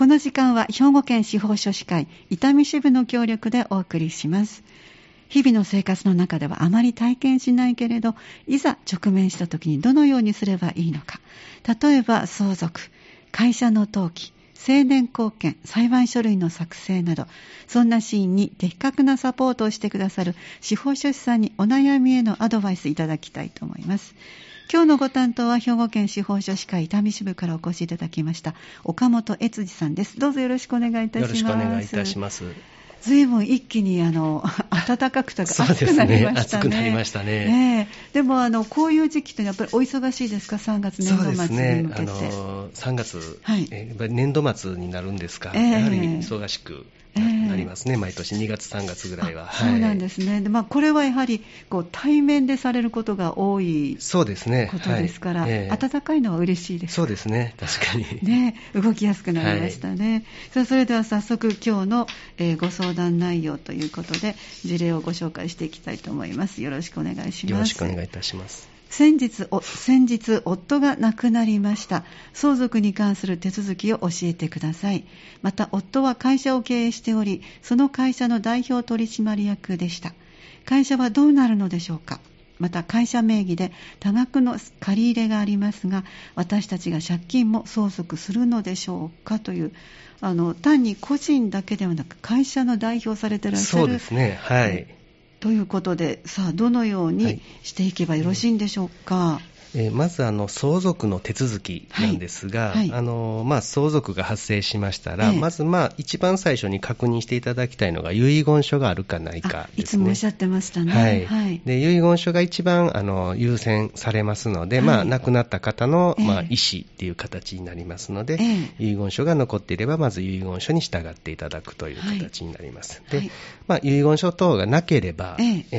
この時間は兵庫県司法書士会伊丹支部の協力でお送りします。日々の生活の中ではあまり体験しないけれど、いざ直面した時にどのようにすればいいのか。例えば相続、会社の登記、成年後見、裁判書類の作成など、そんなシーンに的確なサポートをしてくださる司法書士さんにお悩みへのアドバイスいただきたいと思います。今日のご担当は兵庫県司法書士会伊丹支部からお越しいただきました岡本悦司さんです。どうぞよろしくお願いいたします。 よろしくお願いいたします。 ずいぶん一気に暖かくて暑くなりましたね。 暑くなりましたね。 でもこういう時期ってやっぱりお忙しいですか？3月年度末に向けて。 そうですね。3月、年度末になるんですが、やはり忙しくなりますね。毎年2月3月ぐらいは。 そうなんですね。で、これはやはり対面でされることが多いそうですね。 ことですから、暖かいのは嬉しいです。 そうですね。確かにね、動きやすくなりましたね。さあ、それでは早速今日の、ご相談内容ということで事例をご紹介していきたいと思います。よろしくお願いします。 よろしくお願いいたします。 先日夫が亡くなりました。相続に関する手続きを教えてください。また夫は会社を経営しており、その会社の代表取締役でした。会社はどうなるのでしょうか。また会社名義で多額の借り入れがありますが、私たちが借金も相続するのでしょうかという、単に個人だけではなく会社の代表されていらっしゃる。 そうですね。はい。 ということで、さあどのようにしていけばよろしいんでしょうか。 まず相続の手続きなんですが、相続が発生しましたら、まず一番最初に確認していただきたいのが遺言書があるかないかですね。 いつもおっしゃってましたね。 で、遺言書が一番優先されますので、亡くなった方の、意思っていう形になりますので、遺言書が残っていればまず遺言書に従っていただくという形になります。で、遺言書等がなければ、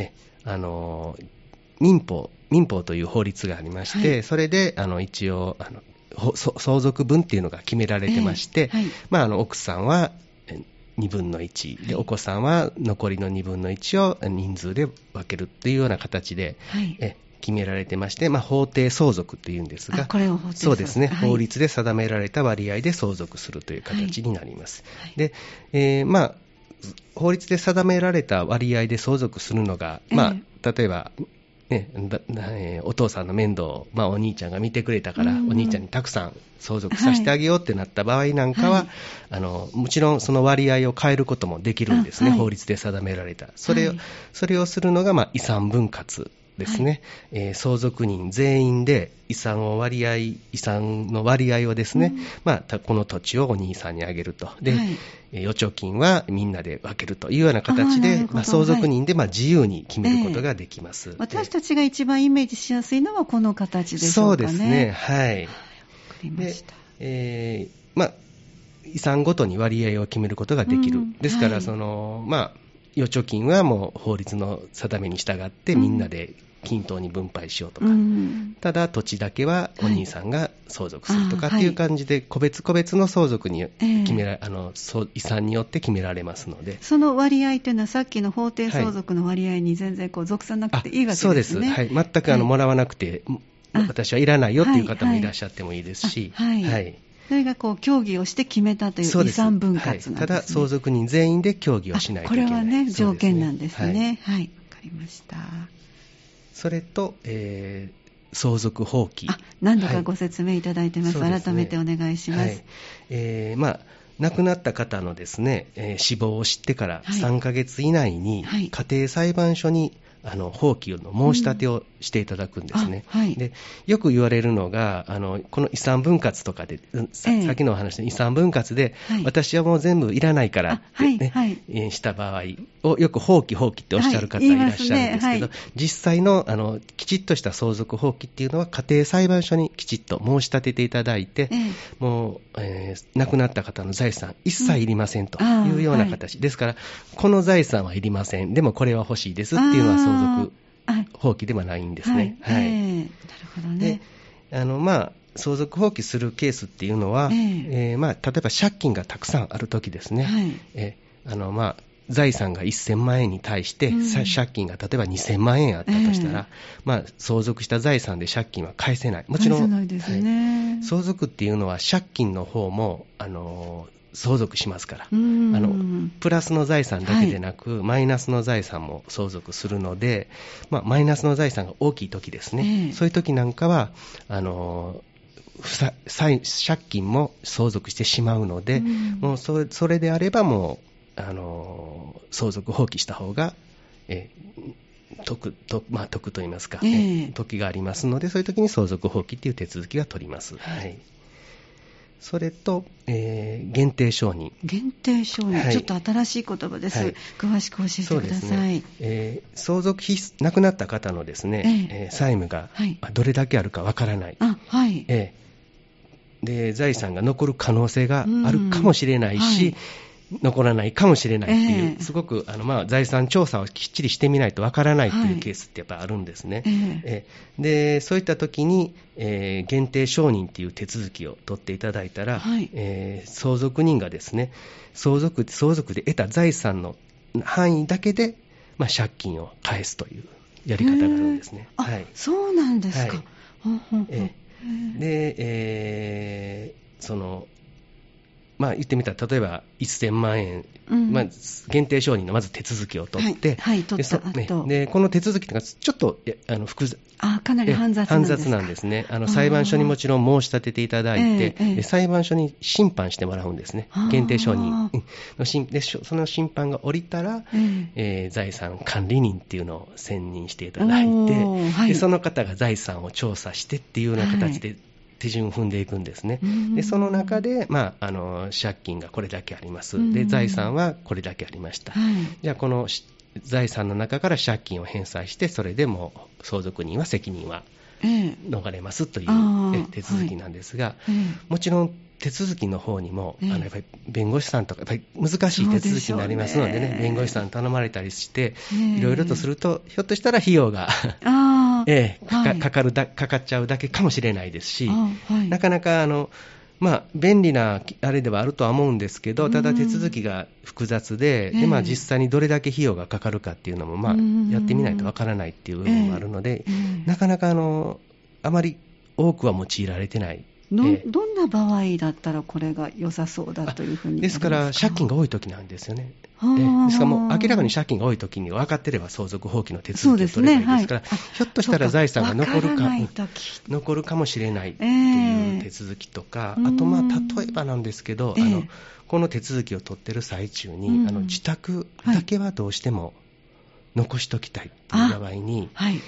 民法という法律がありまして、それで一応相続分っていうのが決められてまして、奥さんは2分の1で、お子さんは残りの2分の1を人数で分けるっていうような形で、決められてまして、法定相続っていうんですが、 これを法定そうですね、法律で定められた割合で相続するという形になります。で、法律で定められた割合で相続するのが、例えばお父さんの面倒を、お兄ちゃんが見てくれたから、お兄ちゃんにたくさん相続させてあげようってなった場合なんかは、もちろんその割合を変えることもできるんですね。法律で定められた。それをするのが、遺産分割ですね。相続人全員で遺産の割合をですね、この土地をお兄さんにあげると。で、預貯金はみんなで分けるというような形で、相続人で自由に決めることができます。 私たちが一番イメージしやすいのはこの形でしょうかね。 そうですね。はい。 わかりました。 遺産ごとに割合を決めることができる。ですから、預貯金はもう法律の定めに従ってみんなで均等に分配しようとか、ただ土地だけはお兄さんが相続するとかっていう感じで、個別の相続に遺産によって決められますので、 その割合というのはさっきの法定相続の割合に全然属さなくていいわけですね。 そうです。はい。全くもらわなくて、私はいらないよっていう方もいらっしゃってもいいですし、 それが協議をして決めたという遺産分割なんですね。 ただ相続人全員で協議をしないといけない。 これはね、条件なんですね。わかりました。 それと、相続放棄。 何度かご説明いただいてます。改めてお願いします。 亡くなった方のですね、死亡を知ってから3ヶ月以内に家庭裁判所に放棄の申し立てをしていただくんですね。で、よく言われるのがこの遺産分割とかで、さっきのお話の遺産分割で、私はもう全部いらないからってね、した場合をよく放棄っておっしゃる方いらっしゃるんですけど、実際のきちっとした相続放棄っていうのは家庭裁判所にきちっと申し立てていただいて、もう、亡くなった方の財産一切いりませんというような形ですから、この財産はいりません、でもこれは欲しいですっていうのは相続放棄ではないんですね。 なるほどね。 で、相続放棄するケースっていうのは、例えば借金がたくさんあるときですね。 財産が1000万円に対して、借金が例えば2000万円あったとしたら、相続した財産で借金は返せない。もちろん、 返せないですね。 相続っていうのは借金の方も相続しますから、プラスの財産だけでなく、マイナスの財産も相続するので、マイナスの財産が大きい時ですね、そういう時なんかは借金も相続してしまうので、もうそれであればもう相続放棄した方が得といいますか、時がありますので、そういう時に相続放棄という手続きが取ります。それと、限定承認。 限定承認、ちょっと新しい言葉です。詳しく教えてください。 相続費、亡くなった方のですね、債務がどれだけあるかわからない。で、財産が残る可能性があるかもしれないし、残らないかもしれないっていう、すごく財産調査をきっちりしてみないとわからないっていうケースってやっぱあるんですね。で、そういった時に、限定承認っていう手続きを取っていただいたら、相続人がですね、相続で得た財産の範囲だけで、借金を返すというやり方があるんですね。 そうなんですか。 で、言ってみたら、例えば1000万円、限定承認のまず手続きを取って、でこの手続きがちょっと複雑、 かなり煩雑なんですね。裁判所にもちろん申し立てていただいて、裁判所に審判してもらうんですね。限定承認で、その審判が下りたら、財産管理人っていうのを選任していただいて、でその方が財産を調査してっていうような形で、手順を踏んでいくんですね。でその中で、借金がこれだけあります。で財産はこれだけありました。じゃあこの財産の中から借金を返済して、それでも相続人は責任は逃れますという手続きなんですが、もちろん手続きの方にも、やっぱり弁護士さんとかやっぱり難しい手続きになりますのでね、弁護士さん頼まれたりして、いろいろとすると、ひょっとしたら費用がかかっちゃうだけかもしれないですし、なかなか便利なあれではあるとは思うんですけど、ただ手続きが複雑で、実際にどれだけ費用がかかるかっていうのも、やってみないとわからないっていう部分もあるので、なかなかあまり多くは用いられてない。 どんな場合だったらこれが良さそうだというふうにですから借金が多いときなんですよね。ですからもう明らかに借金が多いときに分かっていれば相続放棄の手続きを取ればいいですから、ひょっとしたら財産が残るかもしれないという手続きとか、あと例えばなんですけど、この手続きを取っている最中に、自宅だけはどうしても残しときたいという場合に、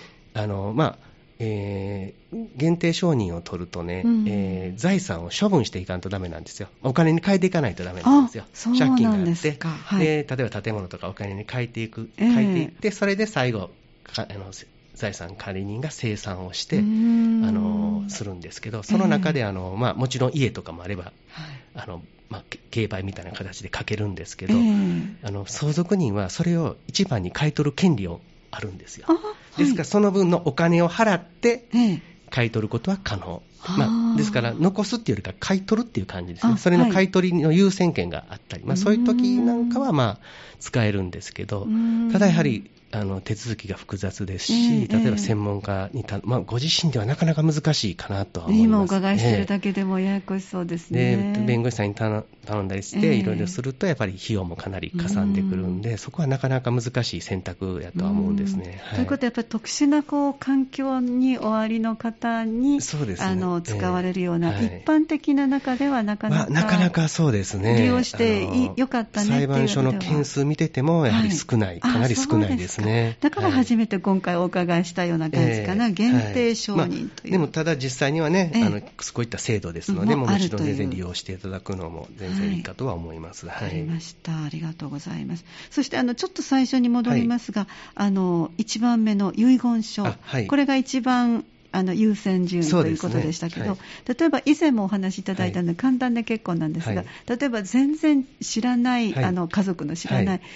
限定承認を取るとね、財産を処分していかんとダメなんですよ。お金に変えていかないとダメなんですよ。借金があって、で例えば建物とかお金に変えていって、それで最後財産管理人が清算をしてするんですけど、その中でもちろん家とかもあれば、競売みたいな形でかけるんですけど、相続人はそれを一番に買い取る権利をあるんですよ。ですからその分のお金を払って買い取ることは可能。ですから残すっていうよりか買い取るっていう感じですね。それの買い取りの優先権があったり、そういう時なんかは使えるんですけど、ただやはり手続きが複雑ですし、例えば専門家にご自身ではなかなか難しいかなとは思います。 今お伺いしてるだけでもややこしそうですね。 で弁護士さんに頼んだりしていろいろすると、やっぱり費用もかなりかさんでくるんで、そこはなかなか難しい選択やとは思うんですね。 ということはやっぱり特殊な環境におありの方に、使われるような、一般的な中ではなかなかそうですね、 利用してよかったねっていう裁判所の件数見ててもやはり少ない、かなり少ないですね。 だから初めて今回お伺いしたような感じかな、限定承認という、 でもただ実際にはね、こういった制度ですので、もちろん全然利用していただくのも全然いいかとは思います。 わかりました、ありがとうございます。そしてちょっと最初に戻りますが、1番目の遺言書、これが一番優先順位ということでしたけど、例えば以前もお話しいただいたので簡単で結構なんですが、例えば全然知らない、家族の知らない、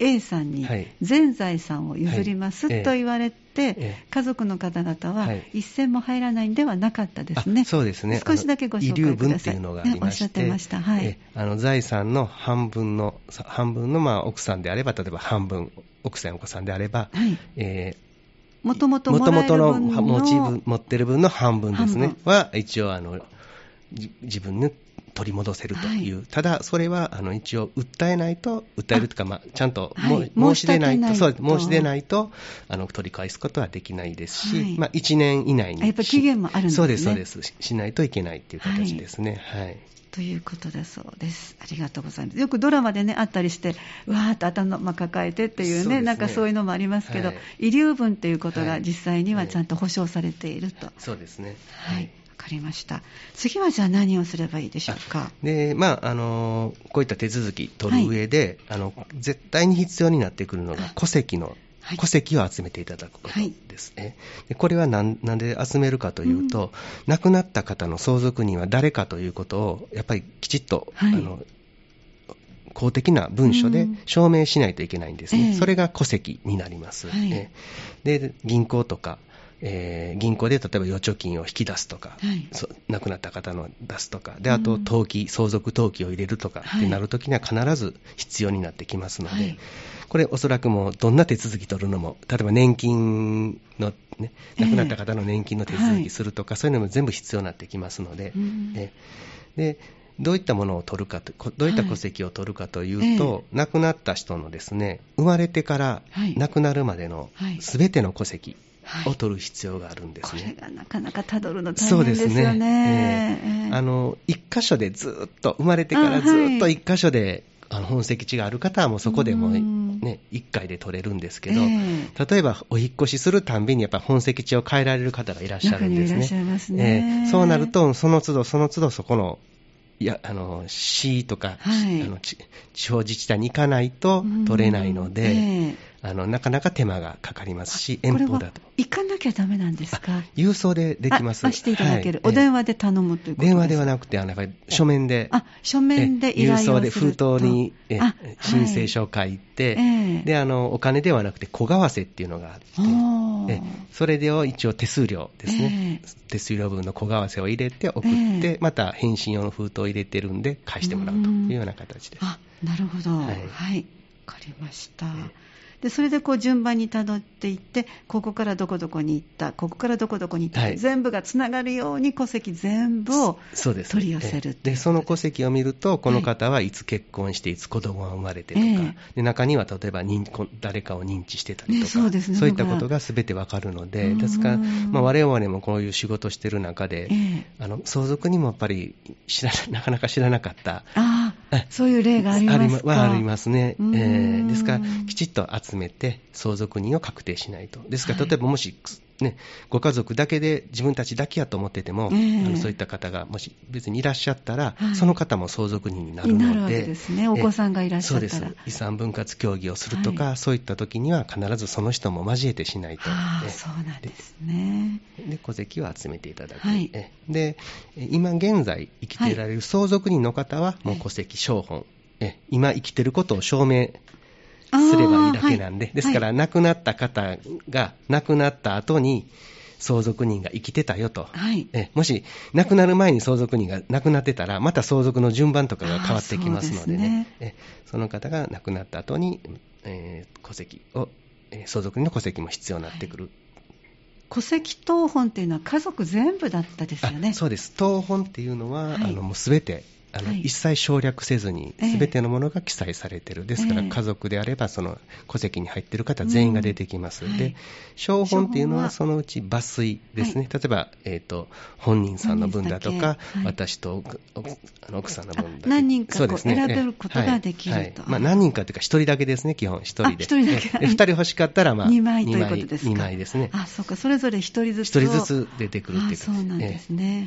A さんに全財産を譲りますと言われて、家族の方々は一銭も入らないんではなかったですね。 そうですね。 少しだけご紹介ください。 遺留分っていうのがありまして、 おっしゃってました。はい。 財産の半分の奥さんであれば、例えば半分、奥さんお子さんであれば、 もともと持ってる分の半分ですねは一応自分に取り戻せるという、ただそれは一応訴えるとか、ちゃんと申し出ないと取り返すことはできないですし、1年以内にやっぱり期限もあるんですね。 そうですしないといけないという形ですね。 ということだそうです。ありがとうございます。よくドラマでねあったりして、わーっと頭抱えてっていうね、なんかそういうのもありますけど、遺留分ということが実際にはちゃんと保証されていると。 そうですね。 わかりました。次はじゃあ何をすればいいでしょうか。 で、こういった手続き取る上で、絶対に必要になってくるのが戸籍を集めていただくことですね。でこれはなんで集めるかというと、亡くなった方の相続人は誰かということをやっぱりきちっと、公的な文書で証明しないといけないんですね。それが戸籍になります。で銀行とか銀行で例えば預貯金を引き出すとか、亡くなった方の出すとかで、あと相続登記を入れるとかってなるときには必ず必要になってきますので、これおそらくもうどんな手続き取るのも、例えば年金の、亡くなった方の年金の手続きするとか、そういうのも全部必要になってきますので、でどういったものを取るか、どういった戸籍を取るかというと、亡くなった人のですね、生まれてから亡くなるまでのすべての戸籍を取る必要があるんですね。 これがなかなかたどるの大変ですよね。 一箇所でずっと生まれてからずっと一箇所で本籍地がある方はもうそこでもね、一回で取れるんですけど、例えばお引っ越しするたんびにやっぱり本籍地を変えられる方がいらっしゃるんですね。 中にいらっしゃいますね。 そうなるとその都度そこの市とか、地方自治体に行かないと取れないので、なかなか手間がかかりますし、遠方だと。 行かなきゃダメなんですか？ 郵送でできます。 していただける。お電話で頼むということですか？ 電話ではなくて、書面で。 書面で依頼をすると。 郵送で封筒に申請書を書いて、で、お金ではなくて小為替っていうのがあって、それでを一応手数料ですね。手数料分の小為替を入れて送って、また返信用の封筒を入れてるんで返してもらうというような形です。 なるほど。わかりました。でそれで順番にたどっていって、ここからどこどこに行った、ここからどこどこに行った、全部がつながるように戸籍全部を取り寄せる。 でその戸籍を見ると、この方はいつ結婚していつ子供が生まれてとか、で中には例えば誰かを認知してたりとか、そういったことが全てわかるので、ですから、我々もこういう仕事してる中で、相続にもやっぱりなかなか知らなかった、 そういう例がありますか？ ありますね。ですからきちっと集めて相続人を確定しないと。ですから例えばもし、ご家族だけで自分たちだけやと思ってても、そういった方がもし別にいらっしゃったら、その方も相続人になるので、 なるわけですね。お子さんがいらっしゃったら、 そうです。遺産分割協議をするとか、そういった時には必ずその人も交えてしないと。 そうなんですね。 で戸籍を集めていただく。で今現在生きていられる相続人の方はもう戸籍抄本、今生きていることを証明すればいいだけなんで、ですから亡くなった方が亡くなった後に相続人が生きてたよと、もし亡くなる前に相続人が亡くなってたら、また相続の順番とかが変わってきますのでね、その方が亡くなった後に、戸籍を、相続人の戸籍も必要になってくる。 戸籍謄本っていうのは家族全部だったですよね。 そうです。謄本っていうのは、もうすべて一切省略せずに全てのものが記載されている。ですから家族であればその戸籍に入っている方全員が出てきます。で抄本っていうのはそのうち抜粋ですね。例えば、本人さんの分だとか、私と奥さんの分だとか、 何人か選べることができると。 何人かというか1人だけですね。基本1人で。 1人だけ。 2人欲しかったら 2枚ということですか。 2枚ですね。 そうか。それぞれ1人ずつ 1人ずつ出てくるっていうか。 そうなんですね。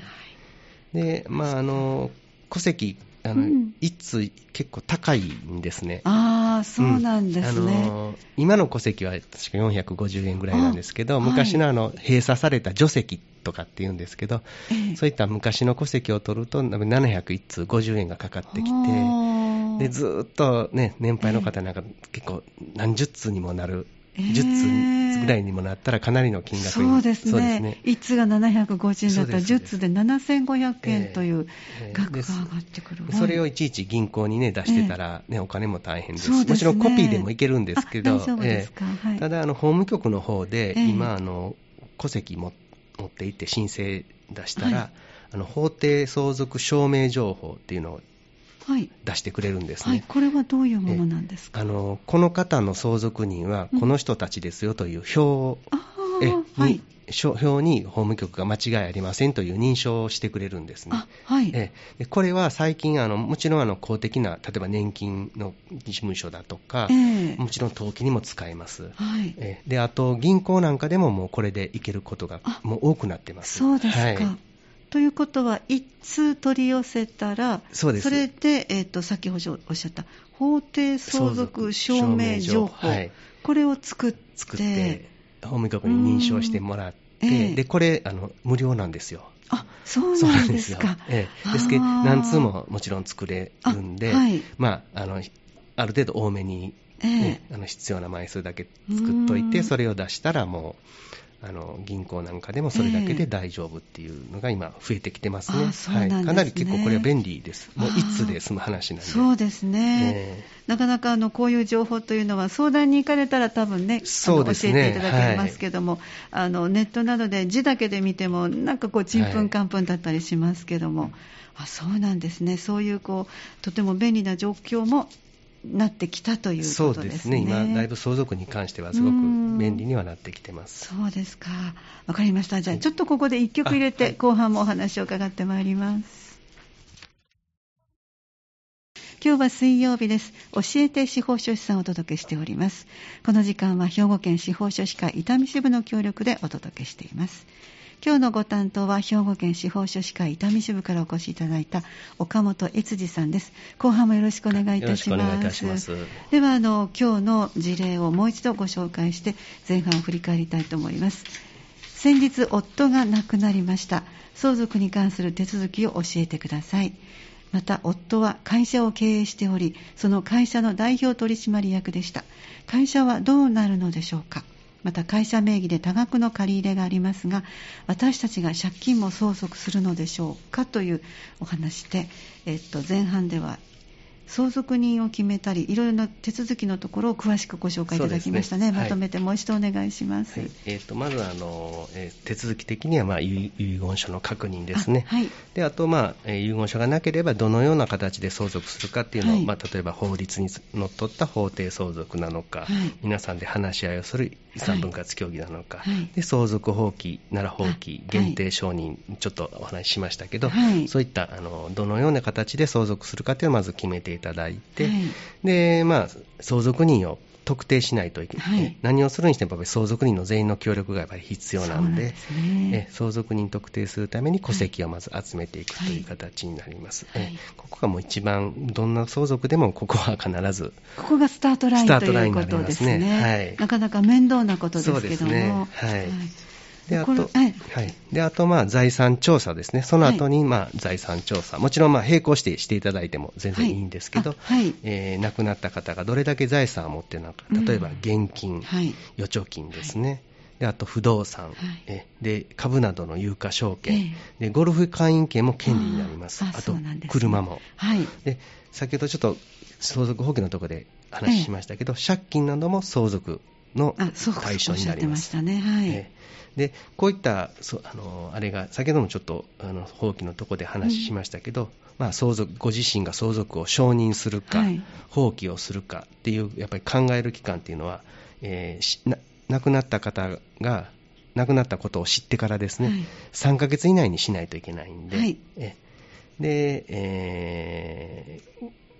で戸籍一通結構高いんですね。 ああ、そうなんですね。 今の戸籍は確か450円ぐらいなんですけど、昔の閉鎖された除籍とかっていうんですけど、そういった昔の戸籍を取ると701通50円がかかってきて、でずっとね、年配の方なんか結構何十通にもなる、10通ぐらいにもなったらかなりの金額に。 そうですね。1通が750円だったら10通で7500円という額が上がってくる。 それをいちいち銀行にね出してたらね、お金も大変です。もちろんコピーでもいけるんですけど、 大丈夫ですか。 ただ法務局の方で今戸籍持って行って申請出したら、法定相続証明情報っていうのを出してくれるんですね。 これはどういうものなんですか。 この方の相続人はこの人たちですよという表に法務局が間違いありませんという認証をしてくれるんですね。でこれは最近もちろん公的な例えば年金の事務所だとか、もちろん登記にも使えます。であと銀行なんかでももうこれでいけることがもう多くなってます。 そうですか。ということは一通取り寄せたら、それで、先ほどおっしゃった法定相続証明情報、これを作って法務局に認証してもらって、でこれ無料なんですよ。 そうなんですか。 ですけど何通ももちろん作れるんで、ある程度多めに、必要な枚数だけ作っといて、それを出したらもう銀行なんかでもそれだけで大丈夫っていうのが今増えてきてますね。かなり結構これは便利です。もう一通で済む話なんで。 そうですね。なかなかこういう情報というのは相談に行かれたら多分ね、教えていただけますけども、ネットなどで字だけで見てもなんかちんぷんかんぷんだったりしますけども、そうなんですね。そういうとても便利な状況もなってきたということですね。 そうですね。今だいぶ相続に関してはすごく便利にはなってきてます。 そうですか。わかりました。じゃあちょっとここで1曲入れて、後半もお話を伺ってまいります。今日は水曜日です。教えて司法書士さんをお届けしております。この時間は兵庫県司法書士会伊丹支部の協力でお届けしています。今日のご担当は兵庫県司法書士会伊丹支部からお越しいただいた岡本悦司さんです。後半もよろしくお願いいたします。 よろしくお願いいたします。 では今日の事例をもう一度ご紹介して前半を振り返りたいと思います。先日夫が亡くなりました。相続に関する手続きを教えてください。また夫は会社を経営しており、その会社の代表取締役でした。会社はどうなるのでしょうか。また会社名義で多額の借り入れがありますが、私たちが借金も相続するのでしょうかというお話で、前半では相続人を決めたりいろいろな手続きのところを詳しくご紹介いただきましたね。まとめてもう一度お願いします。 まず手続き的には遺言書の確認ですね。であと遺言書がなければどのような形で相続するかっていうのを、例えば法律にのっとった法定相続なのか、皆さんで話し合いをする遺産分割協議なのか、で相続放棄なら放棄、限定承認、ちょっとお話ししましたけど、そういったどのような形で相続するかというのをまず決めていただいて、で相続人を特定しないといけない、何をするにしてもやっぱり相続人の全員の協力がやっぱり必要なんで、相続人特定するために戸籍をまず集めていくという形になります。ここがもう一番どんな相続でもここは必ずここがスタートラインということですね。なかなか面倒なことですけども、 であと財産調査ですね。その後に財産調査、もちろん並行していただいても全然いいんですけど、亡くなった方がどれだけ財産を持っているのか、例えば現金、預貯金ですね。であと不動産、で株などの有価証券、でゴルフ会員権も権利になります。あと車も、で先ほどちょっと相続放棄のところで話しましたけど、借金なども相続の対象になります。でこういったあれが先ほどもちょっと放棄のところで話しましたけど、ご自身が相続を承認するか、放棄をするかっていうやっぱり考える期間っていうのは、亡くなった方が亡くなったことを知ってからですね、3ヶ月以内にしないといけないんで、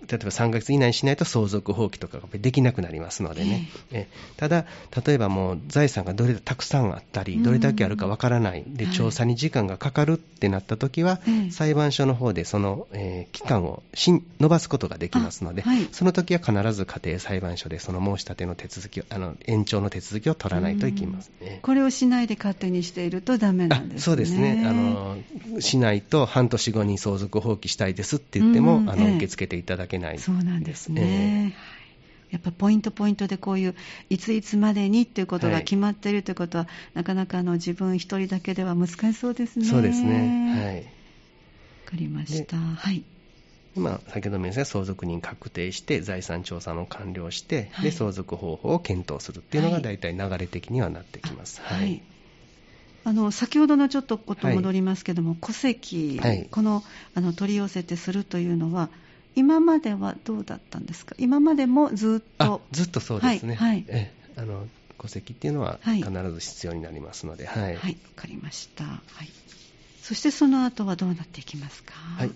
例えば3ヶ月以内にしないと相続放棄とかができなくなりますのでね、ただ、例えばもう財産がどれだけたくさんあったり、どれだけあるかわからないで、調査に時間がかかるってなったときは、裁判所の方でその、期間を延ばすことができますので、その時は必ず家庭裁判所でその申し立ての手続きを延長の手続きを取らないといけますね。 これをしないで勝手にしているとダメなんですね。 そうですね。しないと半年後に相続放棄したいですって言っても、受け付けていただけないです。 そうなんですね。やっぱポイントでこういういついつまでにっていうことが決まっているということは、なかなか自分一人だけでは難しそうですね。 そうですね。 わかりました。 今先ほども言いましたが、相続人確定して財産調査の完了して、で相続方法を検討するっていうのが大体流れ的にはなってきます。 先ほどのちょっとこと戻りますけども、戸籍、この取り寄せてするというのは今まではどうだったんですか？今までもずっとそうですね。戸籍っていうのは必ず必要になりますので。わかりました。そしてその後はどうなっていきますか？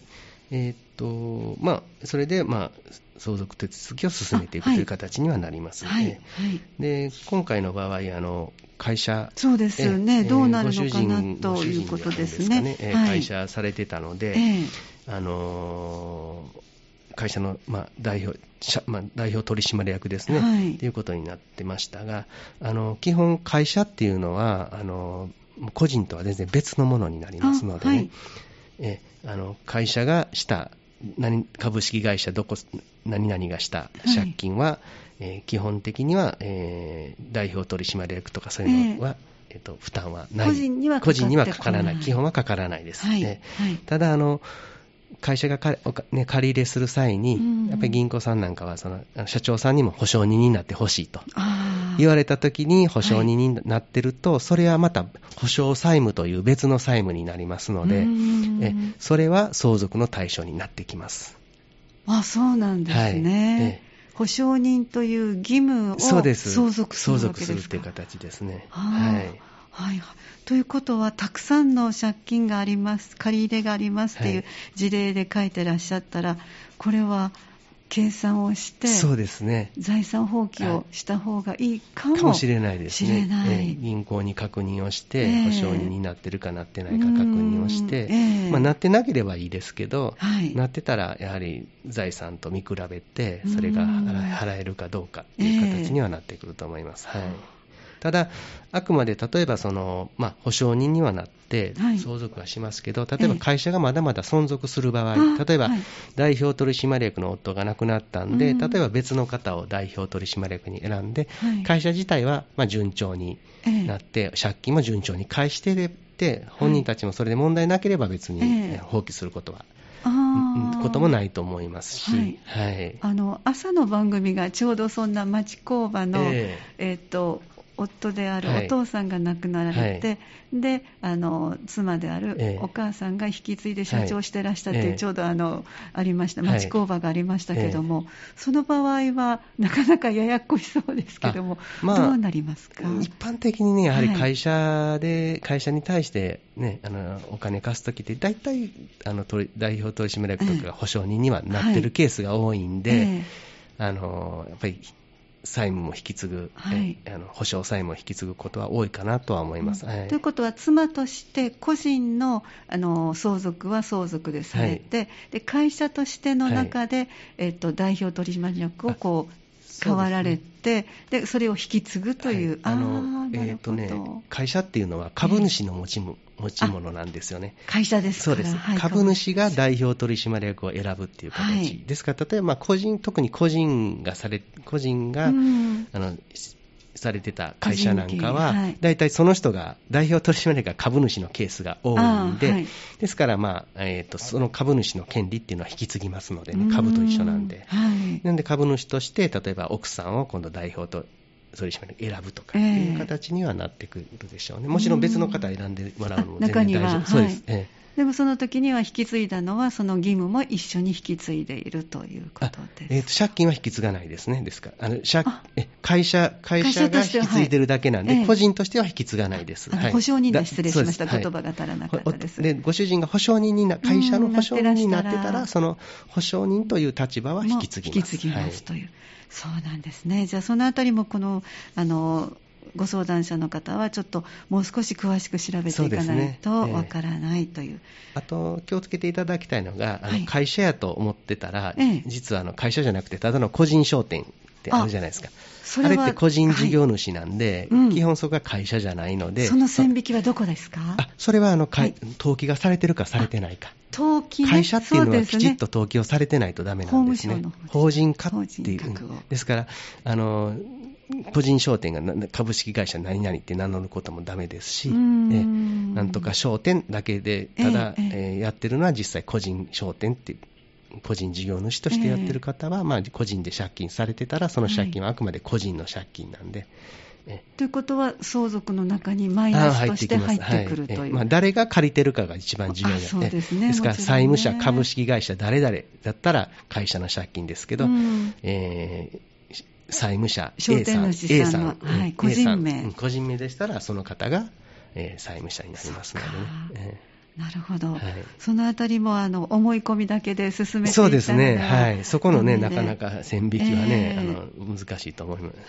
それで、相続手続きを進めていくという形にはなります。で、今回の場合、会社、 そうですよね、どうなるのかなということですね。 会社されてたので、会社の、代表取締役ですね、ということになってましたが、基本会社っていうのは個人とは全然別のものになりますのでね、会社がした株式会社何々がした借金は、基本的には、代表取締役とかそういうのは、負担はない。個人にはかからない。基本はかからないです。ただ会社が借り入れする際に、やっぱり銀行さんなんかは社長さんにも保証人になってほしいと言われたときに、保証人になってると、それはまた保証債務という別の債務になりますので、それは相続の対象になってきます。 そうなんですね。保証人という義務を相続するわけですか？相続するという形ですね。 ということは、たくさんの借金があります、借り入れがありますっていう事例で書いてらっしゃったら、これは計算をして、 そうですね、 財産放棄をした方がいいかもしれないですね。 銀行に確認をして、保証人になってるかなってないか確認をして、なってなければいいですけど、なってたらやはり財産と見比べて、それが払えるかどうかっていう形にはなってくると思います。ただ、あくまで例えば保証人にはなって相続はしますけど、例えば会社がまだまだ存続する場合、例えば代表取締役の夫が亡くなったんで、例えば別の方を代表取締役に選んで、会社自体は順調になって、借金も順調に返していって本人たちもそれで問題なければ別に放棄することもないと思いますし、 朝の番組がちょうどそんな町工場の、夫であるお父さんが亡くなられて、で妻であるお母さんが引き継いで社長してらしたっていう、ちょうどありました、町工場がありましたけども、その場合はなかなかややこしそうですけども、どうなりますか？ 一般的にね、やはり会社に対して、お金貸すときって大体代表取締役とかが保証人にはなってるケースが多いんで、やっぱり債務も引き継ぐ、保証債務を引き継ぐことは多いかなとは思います。 ということは、妻として個人の、相続は相続でされて、で会社としての中で、代表取締役を変わられて、でそれを引き継ぐという、 会社っていうのは株主の持ち物なんですよね。 会社ですから。 そうです。株主が代表取締役を選ぶっていう形。ですから、例えば特に個人がされてた会社なんかは、だいたいその人が代表取締役が株主のケースが多いんで、ですから、その株主の権利っていうのは引き継ぎますのでね、株と一緒なんで。なんで株主として、例えば奥さんを今度代表取締役選ぶとかいう形にはなってくるでしょうね。もちろん別の方選んでもらうのも全然大丈夫。そうです。 でもその時には引き継いだのはその義務も一緒に引き継いでいるということです。 借金は引き継がないですね。ですから借会社が引き継いでるだけなんで、個人としては引き継がないです。 保証人で失礼しました。言葉が足らなかったです。 で、ご主人が保証人に会社の保証人になってたら、その保証人という立場は引き継ぎます。 引き継ぎますという。そうなんですね。じゃあそのあたりもこのご相談者の方はちょっともう少し詳しく調べていかないとわからないという。 あと気をつけていただきたいのが、会社やと思ってたら、実は会社じゃなくてただの個人商店ってあるじゃないですか。あれって個人事業主なんで、基本そこが会社じゃないので。 その線引きはどこですか？ それは登記がされてるかされてないか。 登記、 会社っていうのはきちっと登記をされてないとダメなんですね。法人化っていう。ですから個人商店が株式会社何々って名乗ることもダメですし、なんとか商店だけでただ、やってるのは実際個人商店っていう個人事業主としてやってる方は、個人で借金されてたらその借金はあくまで個人の借金なんで、 ということは相続の中にマイナスとして入ってくるという、 誰が借りてるかが一番重要なので、ですから債務者、株式会社誰々だったら会社の借金ですけど、債務者 A さん、A さん、個人名でしたらその方が、債務者になりますのでね。 なるほど、そのあたりも思い込みだけで進めていったので、 そうですね、そこのね、なかなか線引きはね、難しいと思います。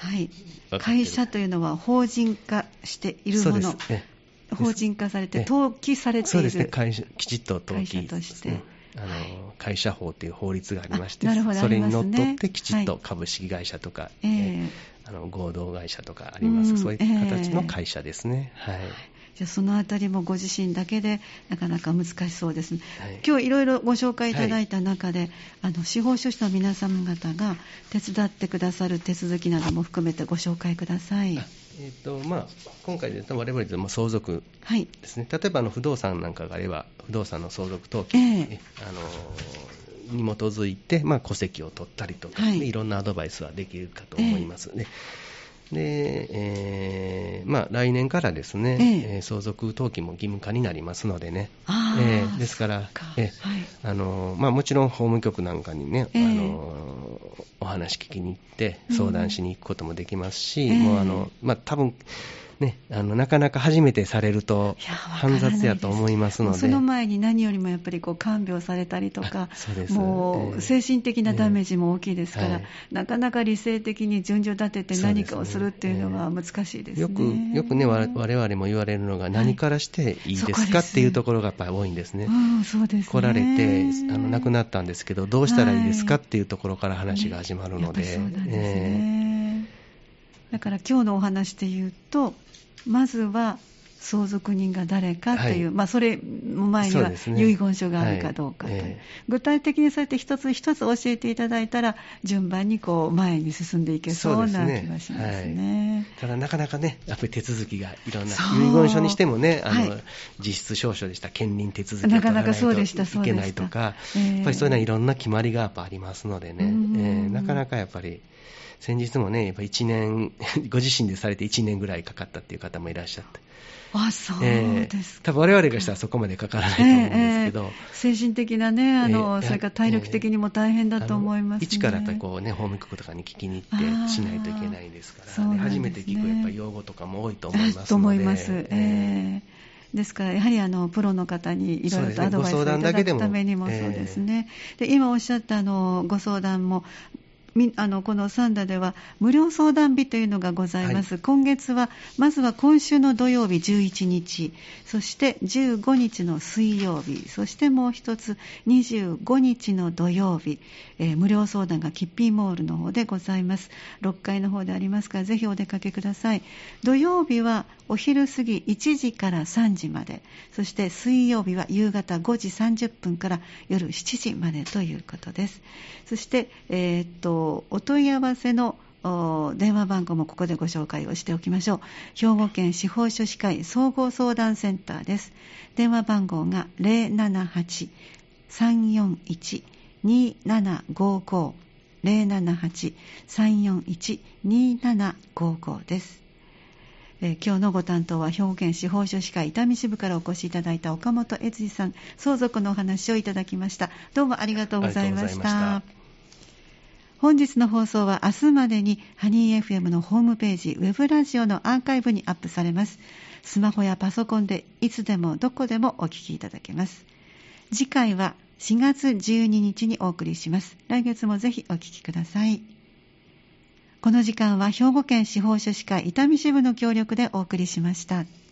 会社というのは法人化しているもの、法人化されて登記されている、 そうですね、きちっと登記会社として、 会社法という法律がありまして、それにのっとってきちっと株式会社とか、合同会社とかあります、そういう形の会社ですね。 じゃあそのあたりもご自身だけでなかなか難しそうですね。今日いろいろご紹介いただいた中で、司法書士の皆様方が手伝ってくださる手続きなども含めてご紹介ください。 今回で我々でも相続ですね、例えば不動産なんかがあれば不動産の相続登記、に基づいて、戸籍を取ったりとか、いろんなアドバイスはできるかと思いますね。で、来年からですね、相続登記も義務化になりますのでね、ですから、もちろん法務局なんかにね、お話聞きに行って相談しに行くこともできますし、多分ね、なかなか初めてされると煩雑やと思いますので、 その前に何よりもやっぱり看病されたりとか、もう精神的なダメージも大きいですから、なかなか理性的に順序立てて何かをするっていうのは難しいですね。 よくね、我々も言われるのが、何からしていいですかっていうところがやっぱり多いんですね。 そうですね。 来られて亡くなったんですけどどうしたらいいですかっていうところから話が始まるので、 そうなんですね。だから今日のお話で言うと、まずは相続人が誰かという、それ前には遺言書があるかどうかという、具体的にそうやって一つ一つ教えていただいたら順番に前に進んでいけそうな気がしますね。 ただなかなかね、やっぱり手続きがいろんな、遺言書にしてもね、実質証書でした権利手続きを取らないといけないとか、やっぱりそういうのはいろんな決まりがやっぱありますのでね、なかなかやっぱり先日もね、やっぱ1年ご自身でされて1年ぐらいかかったっていう方もいらっしゃって、 そうですか。 多分我々がしたらそこまでかからないと思うんですけど、 精神的なね、それから体力的にも大変だと思いますね。 一からやっぱり法務局とかに聞きに行ってしないといけないですから、初めて聞くやっぱり用語とかも多いと思いますので。 と思います。ですからやはりプロの方にいろいろとアドバイスをいただくためにもそうですね。で今おっしゃったご相談もこのサンダでは無料相談日というのがございます。今月はまずは今週の土曜日11日、そして15日の水曜日、そしてもう一つ25日の土曜日、無料相談がキッピーモールの方でございます。6階の方でありますからぜひお出かけください。土曜日はお昼過ぎ1時から3時まで、そして水曜日は夕方5時30分から夜7時までということです。そしてお問い合わせの電話番号もここでご紹介をしておきましょう。兵庫県司法書士会総合相談センターです。電話番号が 078-341-2755 078-341-2755 です。今日のご担当は兵庫県司法書士会伊丹支部からお越しいただいた岡本悦司さん、相続のお話をいただきました。どうもありがとうございました。 本日の放送は明日までにハニー FM のホームページ、ウェブラジオのアーカイブにアップされます。スマホやパソコンでいつでもどこでもお聞きいただけます。次回は4月12日にお送りします。来月もぜひお聞きください。この時間は兵庫県司法書士会伊丹支部の協力でお送りしました。